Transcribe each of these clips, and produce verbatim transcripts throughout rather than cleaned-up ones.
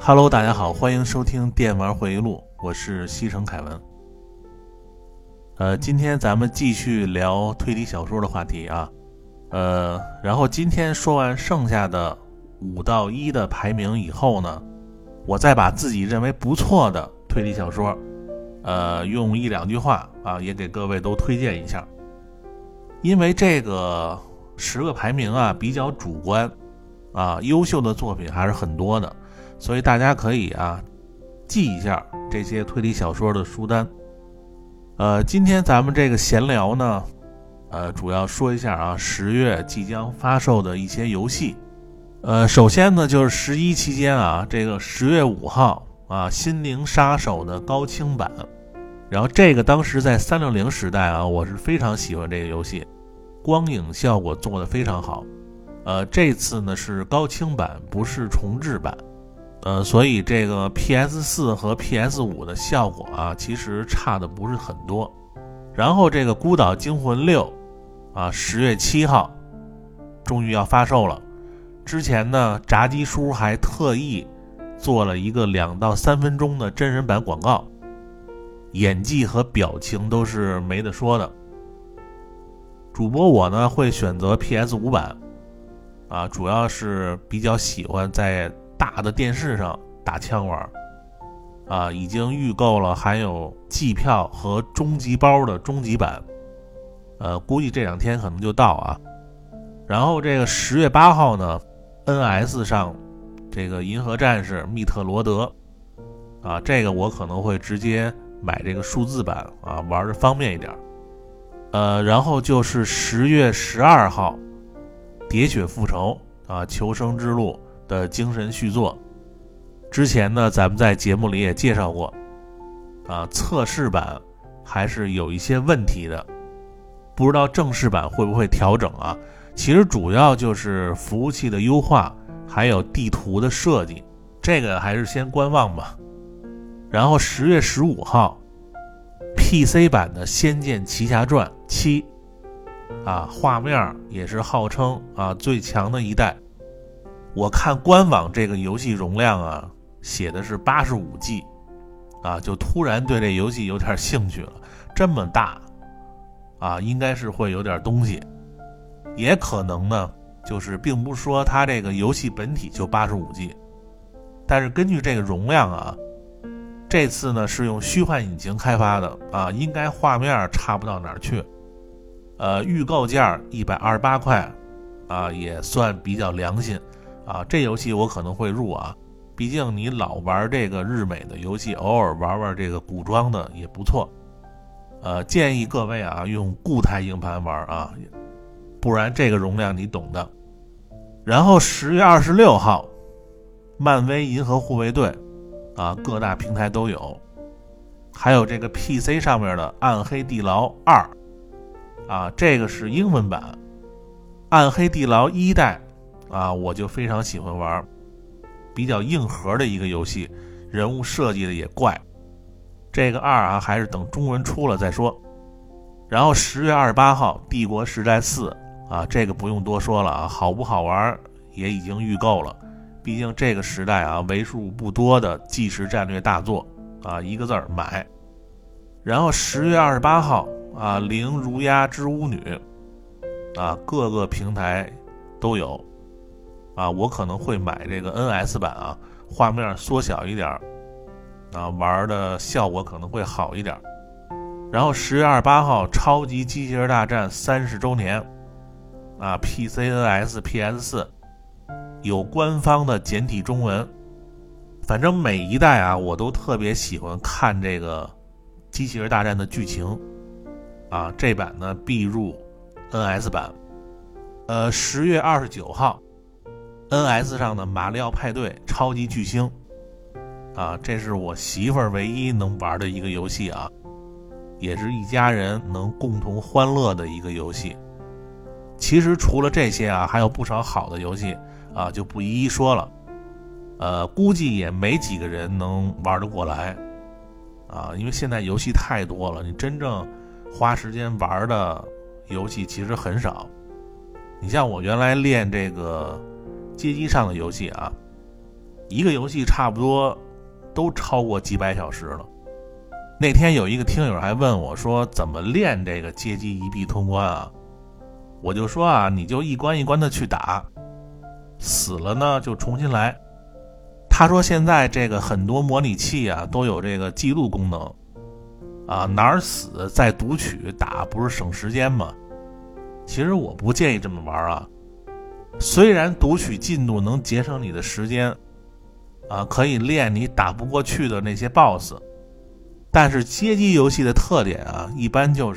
Hello， 大家好，欢迎收听电玩回忆录，我是西城凯文。呃，今天咱们继续聊推理小说的话题啊。呃，然后今天说完剩下的五到一的排名以后呢，我再把自己认为不错的推理小说，呃，用一两句话啊，也给各位都推荐一下。因为这个十个排名啊比较主观啊，优秀的作品还是很多的，所以大家可以啊记一下这些推理小说的书单。呃，今天咱们这个闲聊呢，呃，主要说一下啊，十月即将发售的一些游戏。呃，首先呢，就是十一期间啊，这个十月五号啊，《心灵杀手》的高清版。然后这个当时在三六零时代啊，我是非常喜欢这个游戏，光影效果做得非常好。呃，这次呢是高清版，不是重制版。呃，所以这个 P S 四 和 P S 五 的效果啊，其实差的不是很多。然后这个《孤岛惊魂六》啊，十月七号终于要发售了。之前呢，炸鸡叔还特意做了一个两到三分钟的真人版广告，演技和表情都是没得说的。主播我呢会选择 P S 五 版啊，主要是比较喜欢在大的电视上打枪玩啊，已经预购了含有季票和终极包的终极版，呃，估计这两天可能就到啊。然后这个十月八号呢 N S 上这个银河战士密特罗德啊，这个我可能会直接买这个数字版啊，玩的方便一点。呃，然后就是十月十二号喋血复仇啊，求生之路的精神续作。之前呢咱们在节目里也介绍过啊，测试版还是有一些问题的，不知道正式版会不会调整啊。其实主要就是服务器的优化还有地图的设计，这个还是先观望吧。然后十月十五号 P C 版的《仙剑奇侠传七》啊，画面也是号称啊最强的一代。我看官网这个游戏容量啊写的是 八十五 G 啊，就突然对这游戏有点兴趣了。这么大啊，应该是会有点东西。也可能呢就是并不是说它这个游戏本体就 八十五 G， 但是根据这个容量啊，这次呢是用虚幻引擎开发的啊，应该画面差不到哪儿去。呃，预购价一百二十八块啊，也算比较良心啊。这游戏我可能会入啊，毕竟你老玩这个日美的游戏，偶尔玩玩这个古装的也不错。呃，建议各位啊用固态硬盘玩啊，不然这个容量你懂的。然后十月二十六号漫威银河护卫队啊，各大平台都有。还有这个 P C 上面的暗黑地牢二啊，这个是英文版。暗黑地牢一代啊，我就非常喜欢玩，比较硬核的一个游戏，人物设计的也怪。这个二啊，还是等中文出了再说。然后十月二十八号帝国时代四啊，这个不用多说了啊，好不好玩也已经预购了。毕竟这个时代啊，为数不多的即时战略大作啊，一个字儿买。然后十月二十八号啊，灵如鸦之巫女啊，各个平台都有啊，我可能会买这个 N S 版啊，画面缩小一点啊，玩的效果可能会好一点。然后十月二十八号超级机器人大战三十周年啊 ，P C N S P S 四 有官方的简体中文。反正每一代啊，我都特别喜欢看这个机器人大战的剧情啊，这版呢必入 N S 版。呃，十月二十九号 N S 上的马里奥派对超级巨星啊，这是我媳妇儿唯一能玩的一个游戏啊，也是一家人能共同欢乐的一个游戏。其实除了这些啊，还有不少好的游戏啊，就不一一说了。呃，估计也没几个人能玩得过来啊，因为现在游戏太多了，你真正花时间玩的游戏其实很少。你像我原来练这个街机上的游戏啊， 一个游戏差不多都超过几百小时了。那天有一个听友还问我说怎么练这个街机一币通关啊？我就说啊，你就一关一关的去打，死了呢就重新来。他说现在这个很多模拟器啊都有这个记录功能啊，哪儿死再读取打，不是省时间吗？其实我不建议这么玩啊。虽然读取进度能节省你的时间啊，可以练你打不过去的那些 boss， 但是街机游戏的特点啊，一般就是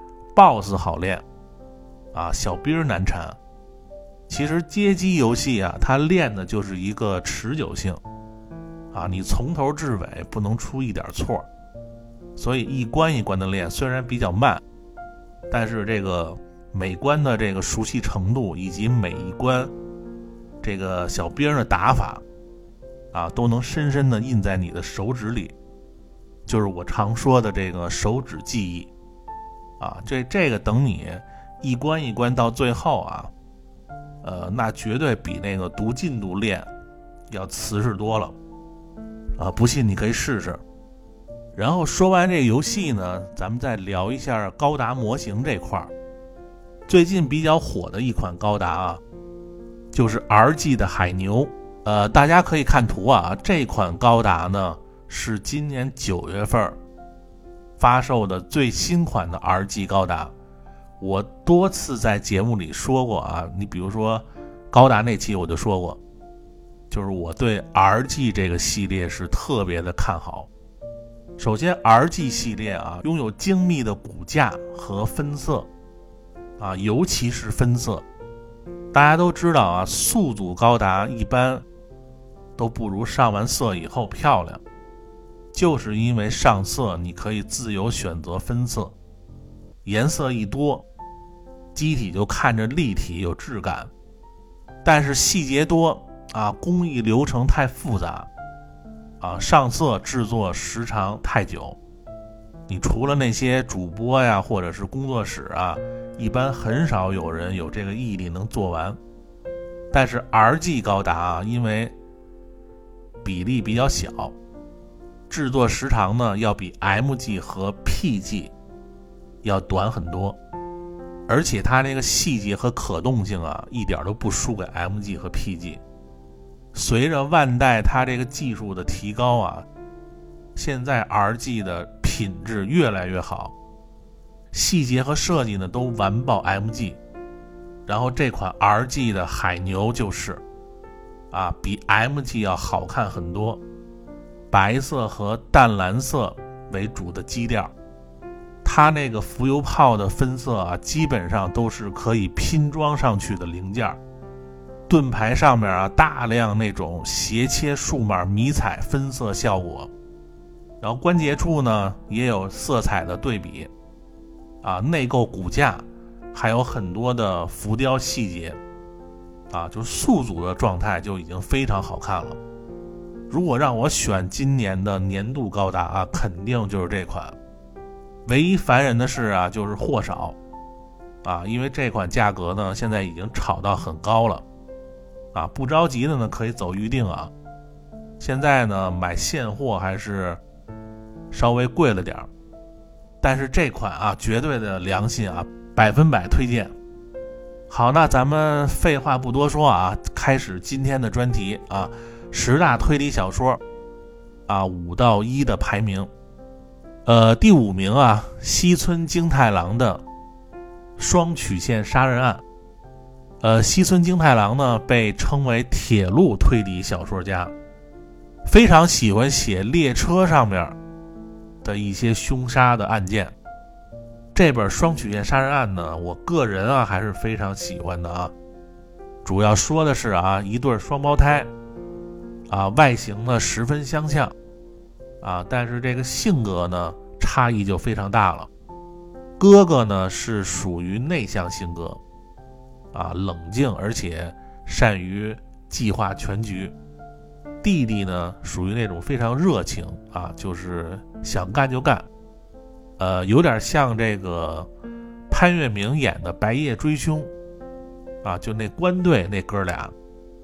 boss 好练啊，小兵难缠。其实街机游戏啊，它练的就是一个持久性啊，你从头至尾不能出一点错，所以一关一关的练，虽然比较慢，但是这个每关的这个熟悉程度以及每一关这个小兵的打法啊，都能深深的印在你的手指里，就是我常说的这个手指记忆啊。这这个等你一关一关到最后啊，呃，那绝对比那个读进度练要瓷实多了啊！不信你可以试试。然后说完这个游戏呢，咱们再聊一下高达模型这块儿。最近比较火的一款高达啊，就是 R G 的海牛。呃，大家可以看图啊，这款高达呢是今年九月份发售的最新款的 R G 高达。我多次在节目里说过啊，你比如说高达那期我就说过，就是我对 R G 这个系列是特别的看好。首先 R G 系列啊，拥有精密的骨架和分色啊，尤其是分色。大家都知道啊，素组高达一般都不如上完色以后漂亮，就是因为上色你可以自由选择分色，颜色一多，机体就看着立体有质感。但是细节多啊，工艺流程太复杂啊，上色制作时长太久，你除了那些主播呀或者是工作室啊，一般很少有人有这个毅力能做完。但是 R G 高达啊，因为比例比较小，制作时长呢要比 M G 和 P G 要短很多，而且它那个细节和可动性啊，一点都不输给 M G 和 P G。 随着万代它这个技术的提高啊，现在 R G 的品质越来越好，细节和设计呢都完爆 M G。 然后这款 R G 的海牛就是啊，比 M G 要好看很多，白色和淡蓝色为主的基调，它那个浮游炮的分色啊，基本上都是可以拼装上去的零件。盾牌上面啊，大量那种斜切数码迷彩分色效果，然后关节处呢也有色彩的对比啊，内构骨架还有很多的浮雕细节啊，就是素组的状态就已经非常好看了。如果让我选今年的年度高达啊，肯定就是这款。唯一烦人的是啊，就是货少啊，因为这款价格呢现在已经炒到很高了啊，不着急的呢可以走预定啊。现在呢买现货还是稍微贵了点，但是这款啊绝对的良心啊，百分百推荐。好，那咱们废话不多说啊，开始今天的专题啊，十大推理小说啊，五到一的排名。呃，第五名啊，西村京太郎的双曲线杀人案。呃，西村京太郎呢被称为铁路推理小说家，非常喜欢写列车上面的一些凶杀的案件。这本双曲线杀人案呢，我个人啊还是非常喜欢的啊。主要说的是啊，一对双胞胎啊，外形呢十分相像啊，但是这个性格呢差异就非常大了。哥哥呢是属于内向性格啊，冷静而且善于计划全局。弟弟呢属于那种非常热情啊，就是想干就干，呃，有点像这个潘粤明演的《白夜追凶》啊，就那官队那哥俩。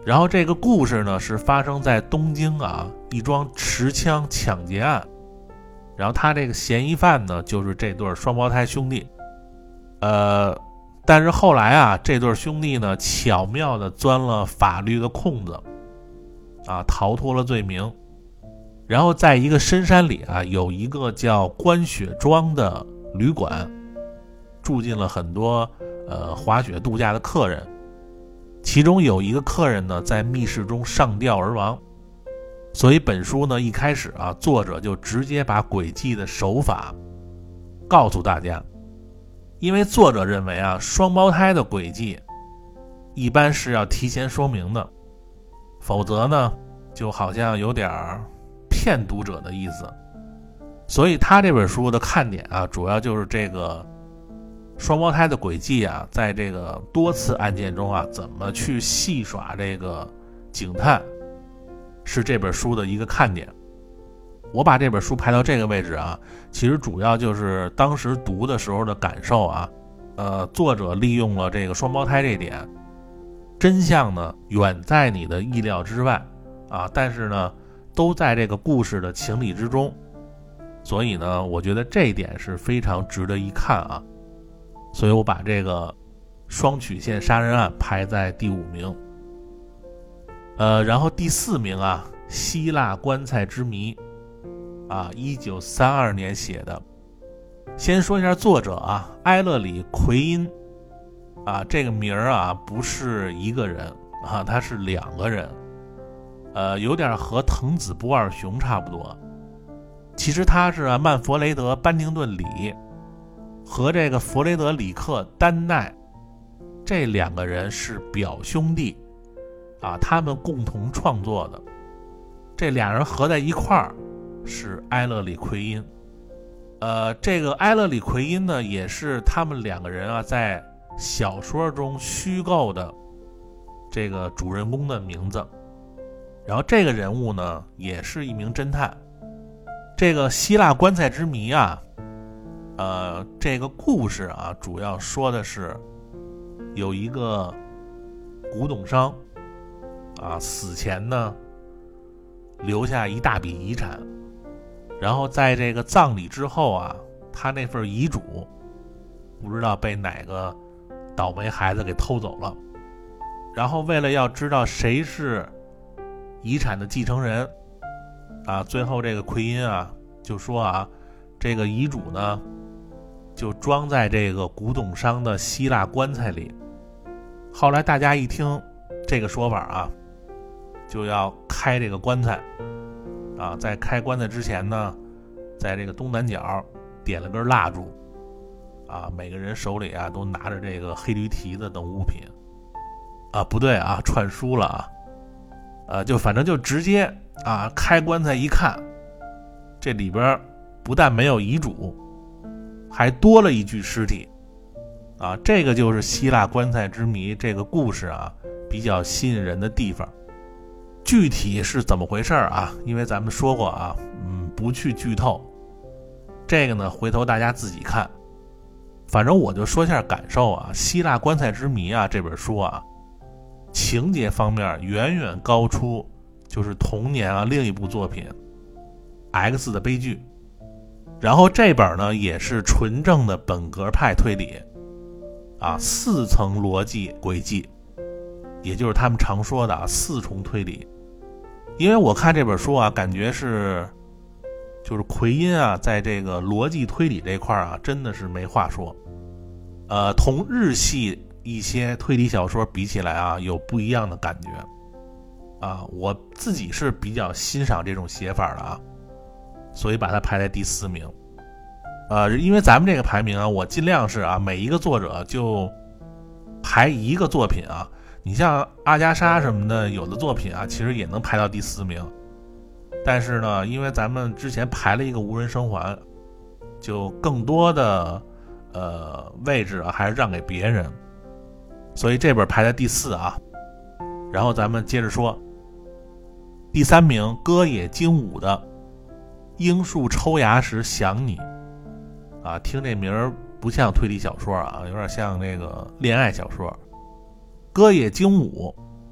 然后这个故事呢是发生在东京啊一桩持枪抢劫案，然后他这个嫌疑犯呢就是这对双胞胎兄弟，呃，但是后来啊这对兄弟呢巧妙地钻了法律的空子，啊逃脱了罪名，然后在一个深山里啊有一个叫关雪庄的旅馆，住进了很多呃滑雪度假的客人。其中有一个客人呢，在密室中上吊而亡，所以本书呢一开始啊，作者就直接把诡计的手法告诉大家，因为作者认为啊，双胞胎的诡计一般是要提前说明的，否则呢，就好像有点骗读者的意思。所以他这本书的看点啊，主要就是这个。双胞胎的诡计啊，在这个多次案件中啊，怎么去戏耍这个警探，是这本书的一个看点。我把这本书排到这个位置啊，其实主要就是当时读的时候的感受啊。呃，作者利用了这个双胞胎这点，真相呢远在你的意料之外啊，但是呢都在这个故事的情理之中，所以呢，我觉得这一点是非常值得一看啊。所以我把这个双曲线杀人案排在第五名。呃，然后第四名啊，希腊棺材之谜啊，一九三二年写的。先说一下作者啊，埃勒里奎因啊，这个名儿啊不是一个人啊，他是两个人，呃，有点和藤子不二雄差不多。其实他是啊曼弗雷德·班宁顿·李和这个弗雷德里克·丹奈这两个人是表兄弟啊，他们共同创作的，这俩人合在一块儿是埃勒里奎因。呃，这个埃勒里奎因呢，也是他们两个人啊在小说中虚构的这个主人公的名字。然后这个人物呢，也是一名侦探。这个希腊棺材之谜啊，呃，这个故事啊，主要说的是有一个古董商啊，死前呢留下一大笔遗产，然后在这个葬礼之后啊，他那份遗嘱不知道被哪个倒霉孩子给偷走了，然后为了要知道谁是遗产的继承人啊，最后这个奎因啊就说啊，这个遗嘱呢就装在这个古董商的希腊棺材里。后来大家一听这个说法啊，就要开这个棺材啊，在开棺材之前呢，在这个东南角点了根蜡烛啊，每个人手里啊都拿着这个黑驴蹄子等物品啊，不对啊，串书了啊，呃，就反正就直接啊开棺材一看，这里边不但没有遗嘱，还多了一具尸体啊，这个就是希腊棺材之谜这个故事啊比较吸引人的地方。具体是怎么回事啊？因为咱们说过啊，嗯，不去剧透。这个呢，回头大家自己看。反正我就说一下感受啊，希腊棺材之谜啊这本书啊，情节方面远远高出就是同年啊另一部作品 X 的悲剧。然后这本呢也是纯正的本格派推理啊，四层逻辑轨迹，也就是他们常说的啊四重推理。因为我看这本书啊，感觉是就是奎因啊在这个逻辑推理这块啊真的是没话说。呃同日系一些推理小说比起来啊有不一样的感觉啊，我自己是比较欣赏这种写法的啊，所以把它排在第四名。呃因为咱们这个排名啊，我尽量是啊每一个作者就排一个作品啊，你像阿加莎什么的，有的作品啊其实也能排到第四名，但是呢因为咱们之前排了一个无人生还，就更多的呃位置啊还是让给别人，所以这本排在第四啊。然后咱们接着说第三名，歌野精武的樱树抽芽时想你啊，听这名不像推理小说啊，有点像那个恋爱小说。歌野精武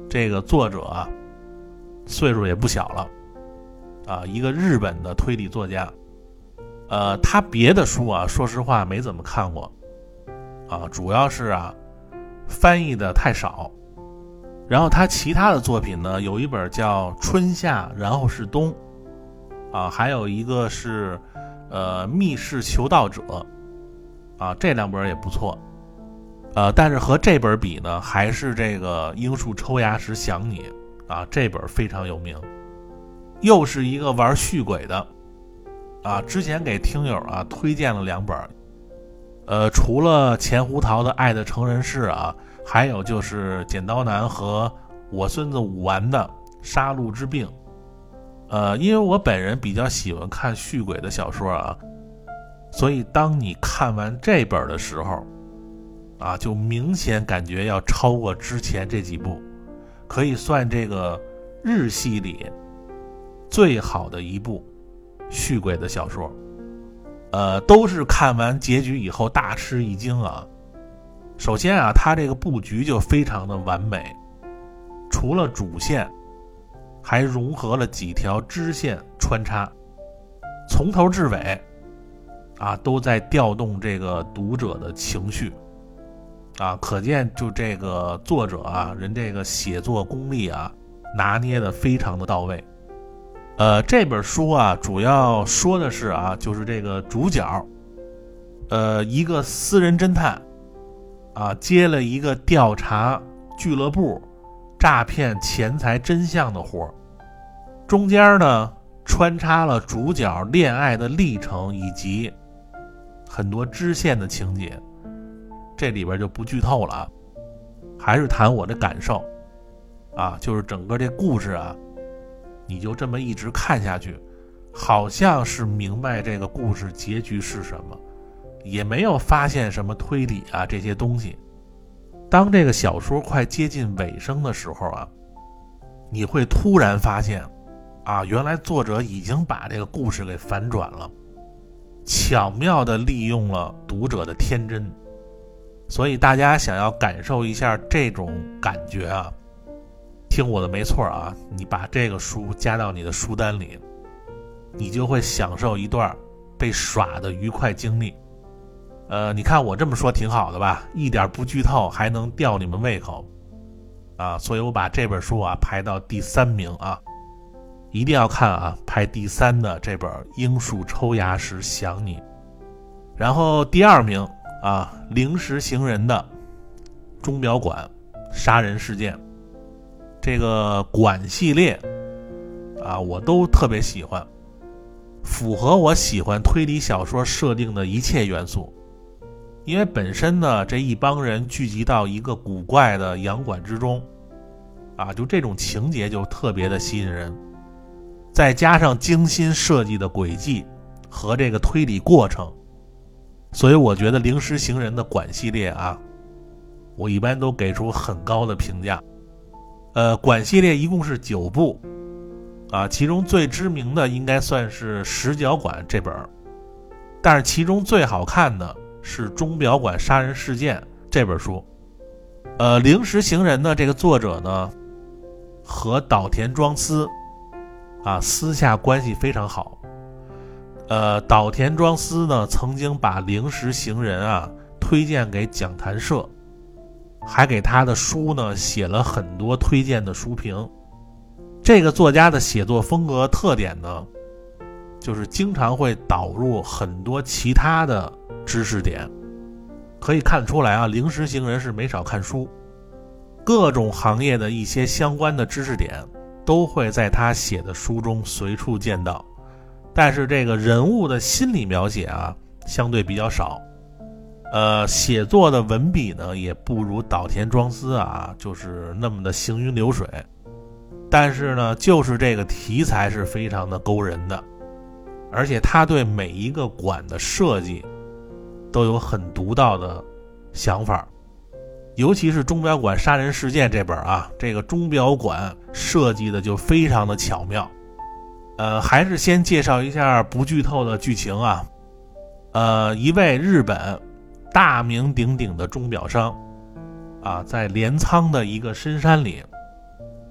这个作者啊，岁数也不小了啊，一个日本的推理作家。呃，他别的书啊，说实话没怎么看过啊，主要是啊翻译的太少。然后他其他的作品呢，有一本叫《春夏然后是冬》啊，还有一个是呃《密室求道者》啊，这两本也不错。呃，但是和这本比呢，还是这个《樱树抽芽时想你》啊，这本非常有名。又是一个玩续鬼的啊，之前给听友啊推荐了两本，呃，除了钱胡桃的《爱的成人式》啊，还有就是剪刀男和我孙子武丸的《杀戮之病》。呃，因为我本人比较喜欢看续鬼的小说啊，所以当你看完这本的时候啊，就明显感觉要超过之前这几部，可以算这个日系里最好的一部续鬼的小说。呃，都是看完结局以后大吃一惊啊。首先啊，它这个布局就非常的完美，除了主线，还融合了几条支线穿插，从头至尾啊都在调动这个读者的情绪啊，可见就这个作者啊，人这个写作功力啊，拿捏的非常的到位。呃，这本书啊，主要说的是啊，就是这个主角，呃，一个私人侦探啊，接了一个调查俱乐部诈骗钱财真相的活，中间呢穿插了主角恋爱的历程以及很多支线的情节，这里边就不剧透了啊，还是谈我的感受啊，就是整个这故事啊，你就这么一直看下去，好像是明白这个故事结局是什么，也没有发现什么推理啊这些东西。当这个小说快接近尾声的时候啊，你会突然发现啊，原来作者已经把这个故事给反转了，巧妙地利用了读者的天真。所以大家想要感受一下这种感觉啊，听我的没错啊，你把这个书加到你的书单里，你就会享受一段被耍的愉快经历。呃，你看我这么说挺好的吧，一点不剧透，还能吊你们胃口啊，所以我把这本书啊排到第三名啊，一定要看啊，排第三的这本《樱树抽芽时想你》。然后第二名啊，零时行人的钟表馆杀人事件。这个馆系列啊，我都特别喜欢，符合我喜欢推理小说设定的一切元素。因为本身呢，这一帮人聚集到一个古怪的洋馆之中啊，就这种情节就特别的吸引人，再加上精心设计的轨迹和这个推理过程，所以我觉得零时行人的馆系列啊，我一般都给出很高的评价。呃，馆系列一共是九部啊，其中最知名的应该算是十角馆这本，但是其中最好看的是钟表馆杀人事件这本书。呃，零时行人的这个作者呢，和岛田庄司啊私下关系非常好。呃，岛田庄司呢曾经把零时行人啊推荐给讲谈社，还给他的书呢写了很多推荐的书评。这个作家的写作风格特点呢，就是经常会导入很多其他的知识点，可以看出来啊，零时行人是没少看书，各种行业的一些相关的知识点都会在他写的书中随处见到。但是这个人物的心理描写啊，相对比较少。呃，写作的文笔呢，也不如岛田庄司啊，就是那么的行云流水。但是呢，就是这个题材是非常的勾人的，而且他对每一个馆的设计都有很独到的想法。尤其是钟表馆杀人事件这本啊，这个钟表馆设计的就非常的巧妙。呃，还是先介绍一下不剧透的剧情啊。呃，一位日本大名鼎鼎的钟表商啊，在镰仓的一个深山里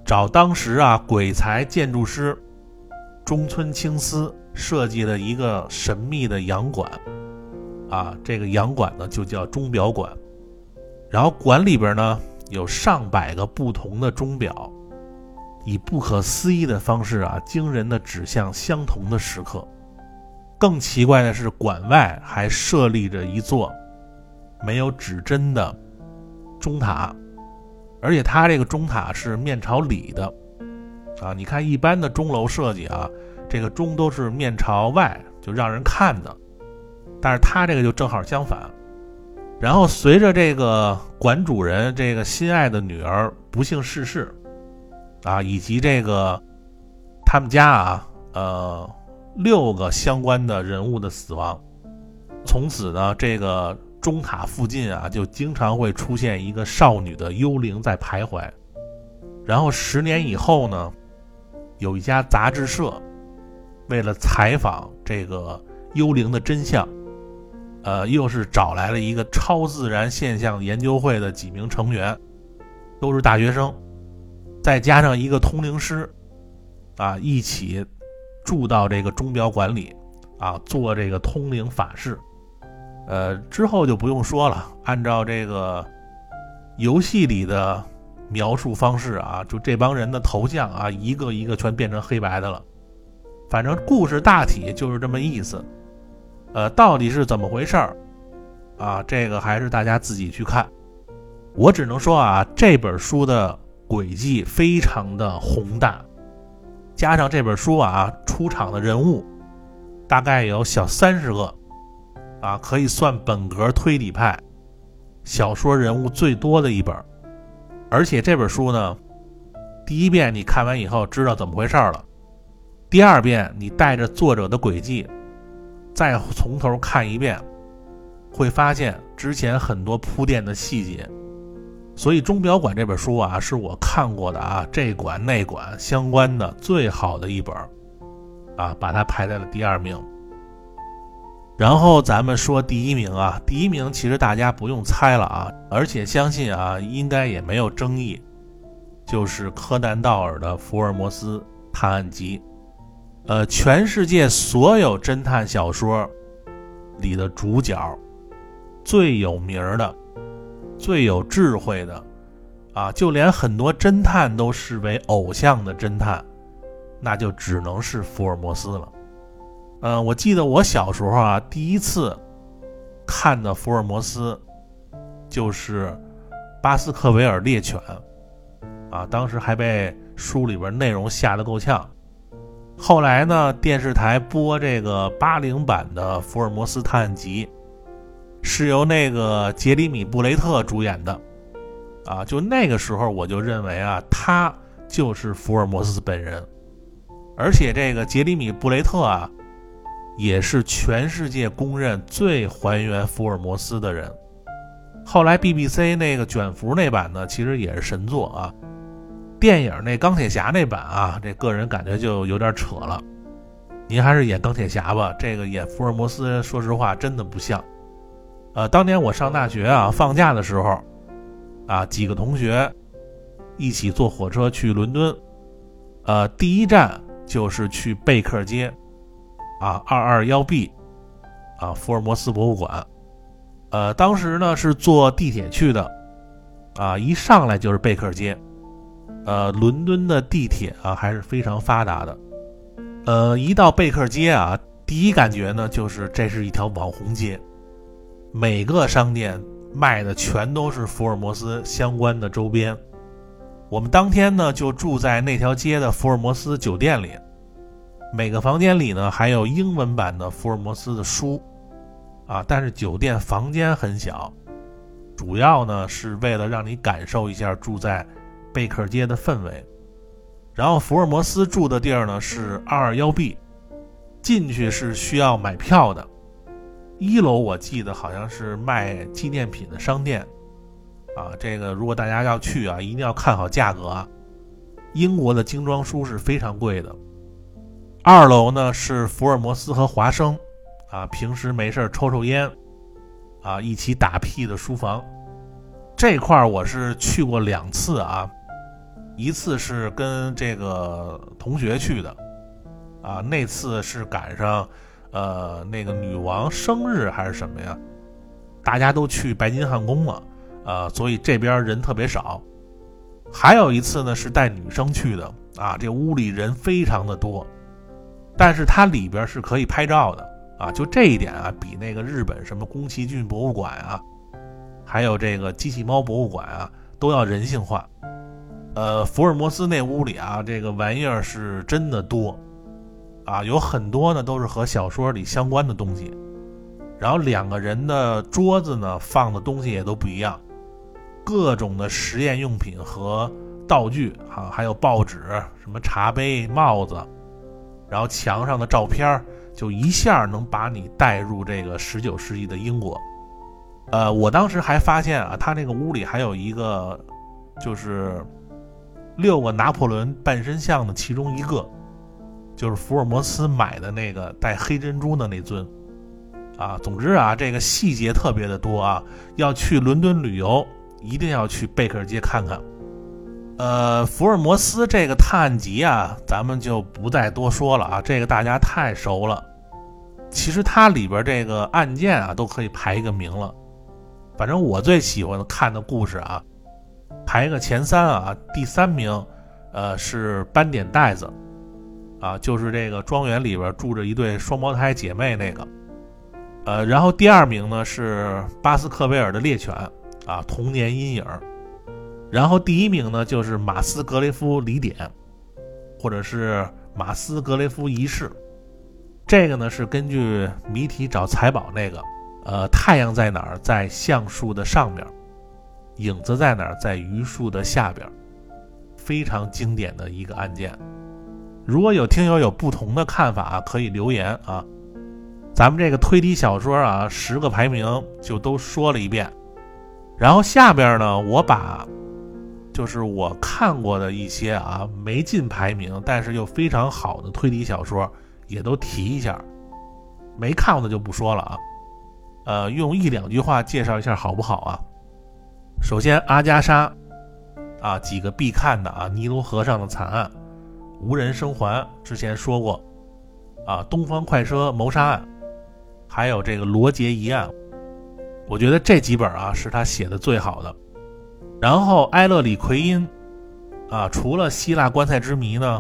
找当时啊鬼才建筑师中村清司设计了一个神秘的洋馆啊，这个洋馆呢就叫钟表馆。然后馆里边呢有上百个不同的钟表，以不可思议的方式啊，惊人的指向相同的时刻。更奇怪的是，馆外还设立着一座没有指针的钟塔，而且它这个钟塔是面朝里的啊。你看一般的钟楼设计啊，这个钟都是面朝外，就让人看的，但是它这个就正好相反。然后随着这个馆主人这个心爱的女儿不幸逝世啊，以及这个他们家啊呃六个相关的人物的死亡，从此呢这个钟塔附近啊就经常会出现一个少女的幽灵在徘徊。然后十年以后呢，有一家杂志社为了采访这个幽灵的真相，呃，又是找来了一个超自然现象研究会的几名成员，都是大学生，再加上一个通灵师啊，一起住到这个钟表馆里啊，做这个通灵法事。呃，之后就不用说了，按照这个游戏里的描述方式啊，就这帮人的头像啊，一个一个全变成黑白的了。反正故事大体就是这么意思。呃，到底是怎么回事儿啊？这个还是大家自己去看。我只能说啊，这本书的轨迹非常的宏大，加上这本书啊出场的人物大概有小三十个啊，可以算本格推理派小说人物最多的一本。而且这本书呢，第一遍你看完以后知道怎么回事了，第二遍你带着作者的轨迹再从头看一遍，会发现之前很多铺垫的细节。所以钟表馆这本书啊，是我看过的啊这馆那馆相关的最好的一本啊，把它排在了第二名。然后咱们说第一名啊，第一名其实大家不用猜了啊，而且相信啊应该也没有争议，就是柯南道尔的《福尔摩斯探案集》。呃，全世界所有侦探小说里的主角，最有名的、最有智慧的啊，就连很多侦探都视为偶像的侦探，那就只能是福尔摩斯了。呃，我记得我小时候啊，第一次看的福尔摩斯就是巴斯克维尔猎犬啊，当时还被书里边内容吓得够呛。后来呢，电视台播这个八零版的《福尔摩斯探案集》，是由那个杰里米·布雷特主演的啊，就那个时候我就认为啊，他就是福尔摩斯本人。而且这个杰里米·布雷特啊，也是全世界公认最还原福尔摩斯的人。后来 B B C 那个卷福那版呢，其实也是神作啊。电影那钢铁侠那版啊，这个人感觉就有点扯了。您还是演钢铁侠吧，这个演福尔摩斯说实话真的不像。呃，当年我上大学啊，放假的时候啊，几个同学一起坐火车去伦敦，呃，第一站就是去贝克街啊 二二一 B 啊福尔摩斯博物馆。呃，当时呢是坐地铁去的啊，一上来就是贝克街。呃，伦敦的地铁啊还是非常发达的。呃，一到贝克街啊，第一感觉呢就是这是一条网红街，每个商店卖的全都是福尔摩斯相关的周边。我们当天呢就住在那条街的福尔摩斯酒店里，每个房间里呢还有英文版的福尔摩斯的书啊，但是酒店房间很小，主要呢是为了让你感受一下住在贝克街的氛围。然后福尔摩斯住的地儿呢是 二二一 B， 进去是需要买票的。一楼我记得好像是卖纪念品的商店啊，这个如果大家要去啊，一定要看好价格啊。英国的精装书是非常贵的。二楼呢是福尔摩斯和华生啊，平时没事抽抽烟啊，一起打屁的书房。这块我是去过两次啊， 一次是跟这个同学去的，啊，那次是赶上呃那个女王生日还是什么呀，大家都去白金汉宫了，啊，所以这边人特别少。还有一次呢是带女生去的，啊，这屋里人非常的多，但是它里边是可以拍照的，啊，就这一点啊，比那个日本什么宫崎骏博物馆啊，还有这个机器猫博物馆啊都要人性化。呃，福尔摩斯那屋里啊，这个玩意儿是真的多，啊，有很多呢都是和小说里相关的东西。然后两个人的桌子呢放的东西也都不一样，各种的实验用品和道具啊，还有报纸、什么茶杯、帽子，然后墙上的照片，就一下能把你带入这个十九世纪的英国。呃，我当时还发现啊，他那个屋里还有一个就是六个拿破仑半身像的其中一个，就是福尔摩斯买的那个带黑珍珠的那尊啊。总之啊，这个细节特别的多啊，要去伦敦旅游一定要去贝克尔街看看。呃，福尔摩斯这个探案集啊，咱们就不再多说了啊，这个大家太熟了。其实它里边这个案件啊，都可以排一个名了。反正我最喜欢的看的故事啊，排个前三啊，第三名，呃，是斑点袋子，啊，就是这个庄园里边住着一对双胞胎姐妹那个，呃，然后第二名呢是巴斯克维尔的猎犬，啊，童年阴影，然后第一名呢就是马斯格雷夫疑点，或者是马斯格雷夫仪式，这个呢是根据谜题找财宝那个，呃，太阳在哪儿？在橡树的上面。影子在哪儿？在榆树的下边。非常经典的一个案件。如果有听友有不同的看法啊，可以留言啊。咱们这个推理小说啊，十个排名就都说了一遍。然后下边呢，我把就是我看过的一些啊没进排名，但是又非常好的推理小说也都提一下。没看过的就不说了啊。呃，用一两句话介绍一下好不好啊？首先阿加莎啊，几个必看的啊，尼罗河上的惨案，无人生还之前说过啊，东方快车谋杀案，还有这个罗杰疑案，我觉得这几本啊是他写的最好的。然后埃勒里奎因啊，除了希腊棺材之谜呢，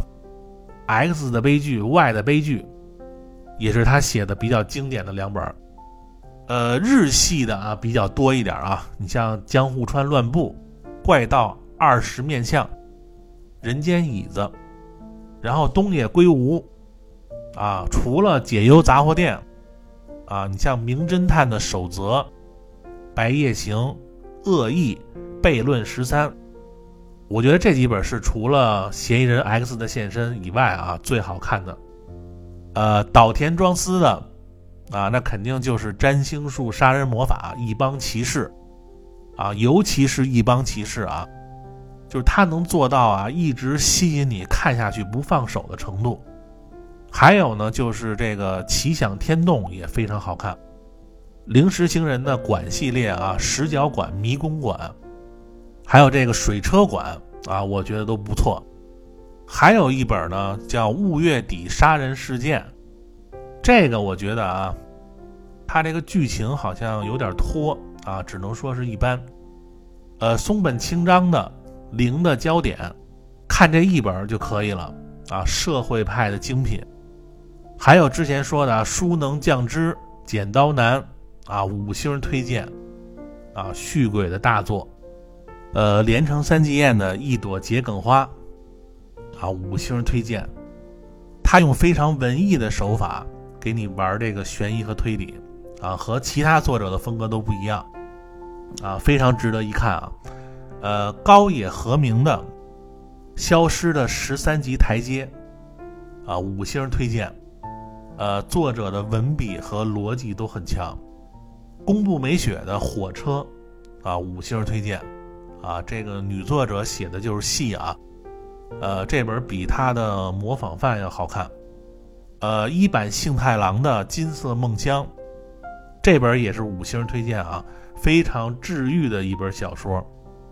X 的悲剧 Y 的悲剧也是他写的比较经典的两本。呃，日系的啊比较多一点啊，你像江户川乱步、怪盗二十面相、人间椅子，然后东野圭吾啊，除了解忧杂货店啊，你像名侦探的守则、白夜行、恶意、悖论十三，我觉得这几本是除了嫌疑人 X 的现身以外啊最好看的。呃，岛田庄司的啊，那肯定就是占星术杀人魔法一帮骑士啊，尤其是一帮骑士啊，就是他能做到啊一直吸引你看下去不放手的程度。还有呢就是这个奇想天动也非常好看，灵石行人的馆系列啊，石角馆、迷宫馆，还有这个水车馆啊，我觉得都不错。还有一本呢叫雾月底杀人事件，这个我觉得啊，它这个剧情好像有点拖啊，只能说是一般。呃，松本清张的零的焦点，看这一本就可以了啊，社会派的精品。还有之前说的书能降之、剪刀男啊，五星推荐啊，续鬼的大作。呃，连城三季彦的一朵桔梗花啊，五星推荐。他用非常文艺的手法给你玩这个悬疑和推理啊，和其他作者的风格都不一样啊，非常值得一看啊。呃，高野和明的消失的十三级台阶啊，五星推荐。呃，作者的文笔和逻辑都很强。宫部美雪的火车啊，五星推荐啊，这个女作者写的就是戏啊。呃，这本比他的模仿犯要好看。呃，一版幸太郎的金色梦乡，这本也是五星推荐啊，非常治愈的一本小说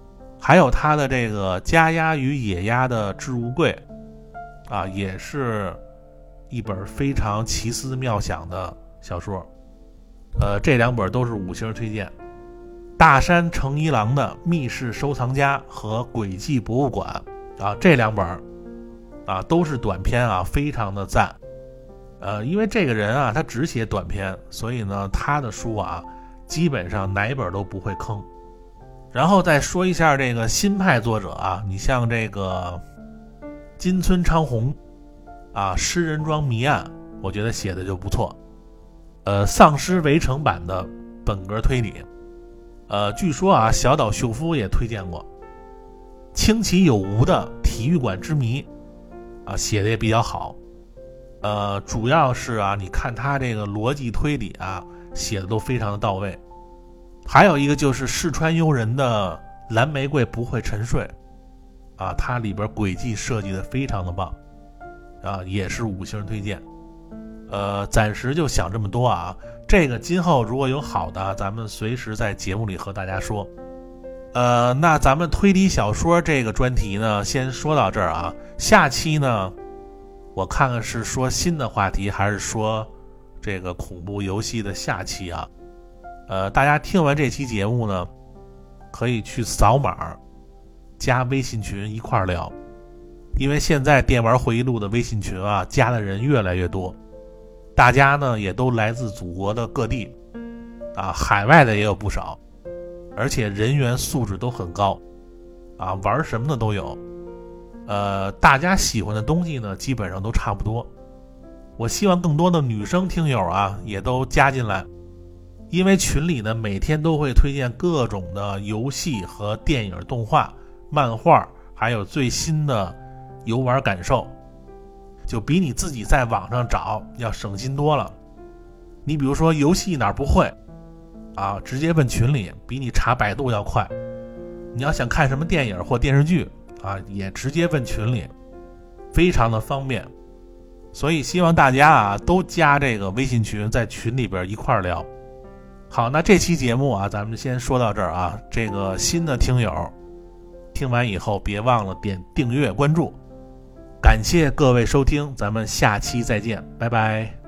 还有他的这个《家鸭与野鸭的置物柜》啊，也是一本非常奇思妙想的小说。呃，这两本都是五星推荐。大山诚一郎的《密室收藏家》和《轨迹博物馆》啊，这两本啊都是短篇啊，非常的赞。呃，因为这个人啊，他只写短篇，所以呢，他的书啊，基本上哪一本都不会坑。然后再说一下这个新派作者啊，你像这个金村昌宏啊，《诗人庄谜案》，我觉得写的就不错。呃，丧尸围城版的本格推理，呃，据说啊，小岛秀夫也推荐过。清崎有吾的《体育馆之谜》啊，写的也比较好。呃，主要是啊，你看他这个逻辑推理啊，写的都非常的到位。还有一个就是四川悠人的《蓝玫瑰不会沉睡》啊，它里边轨迹设计的非常的棒啊，也是五星推荐。呃，暂时就想这么多啊。这个今后如果有好的，咱们随时在节目里和大家说。呃，那咱们推理小说这个专题呢，先说到这儿啊。下期呢，我看看是说新的话题，还是说这个恐怖游戏的下期啊？呃，大家听完这期节目呢，可以去扫码加微信群一块聊，因为现在电玩回忆录的微信群啊，加的人越来越多。大家呢也都来自祖国的各地啊，海外的也有不少，而且人员素质都很高啊，玩什么的都有。呃，大家喜欢的东西呢基本上都差不多。我希望更多的女生听友啊也都加进来，因为群里呢每天都会推荐各种的游戏和电影、动画、漫画，还有最新的游玩感受，就比你自己在网上找要省心多了。你比如说游戏哪儿不会啊，直接问群里，比你查百度要快。你要想看什么电影或电视剧啊，也直接问群里，非常的方便。所以希望大家啊都加这个微信群，在群里边一块聊。好，那这期节目啊咱们先说到这儿啊。这个新的听友听完以后别忘了点订阅关注。感谢各位收听，咱们下期再见，拜拜。